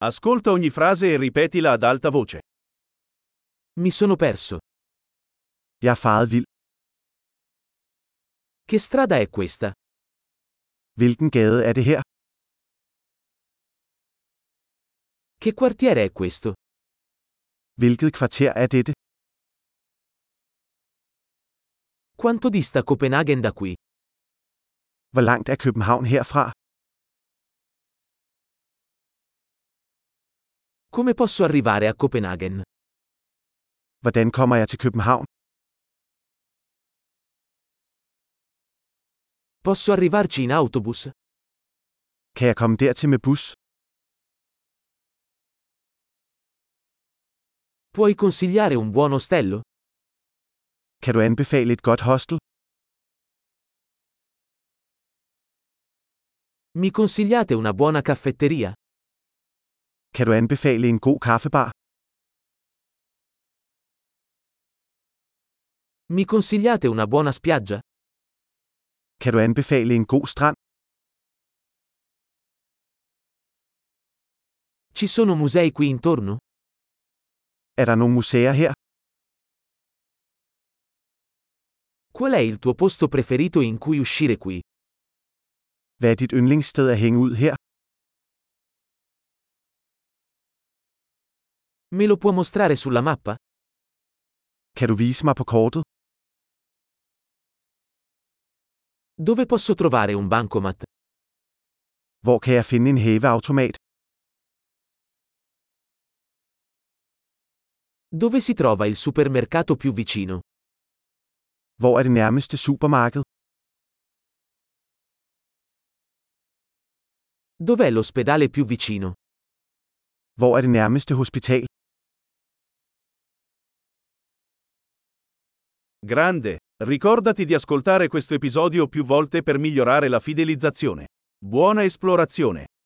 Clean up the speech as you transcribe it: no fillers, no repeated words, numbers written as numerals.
Ascolta ogni frase e ripetila ad alta voce. Mi sono perso. Jeg er faret vild. Che strada è questa? Hvilken gade er det her? Che quartiere è questo? Hvilket kvarter er dette? Quanto dista Copenaghen da qui? Hvor langt er København herfra? Come posso arrivare a Copenaghen? Hvordan kommer jeg til København? Posso arrivarci in autobus? Kan jeg komme dertil med bus? Puoi consigliare un buon ostello? Kan du anbefale et godt hostel? Mi consigliate una buona caffetteria? Kan du anbefale en god kaffebar? Mi consigliate una buona spiaggia? Kan du anbefale en god strand? Ci sono musei qui intorno? Er der nogle museer her? Qual è il tuo posto preferito in cui uscire qui? Hvad er dit yndlingssted at hænge ud her? Me lo può mostrare sulla mappa? Kan du vise mig på kortet? Dove posso trovare un bancomat? Hvor kan jeg finde en hæveautomat? Dove si trova il supermercato più vicino? Hvor er det nærmeste supermarked? Dov'è l'ospedale più vicino? Hvor er det nærmeste hospital? Grande! Ricordati di ascoltare questo episodio più volte per migliorare la fidelizzazione. Buona esplorazione!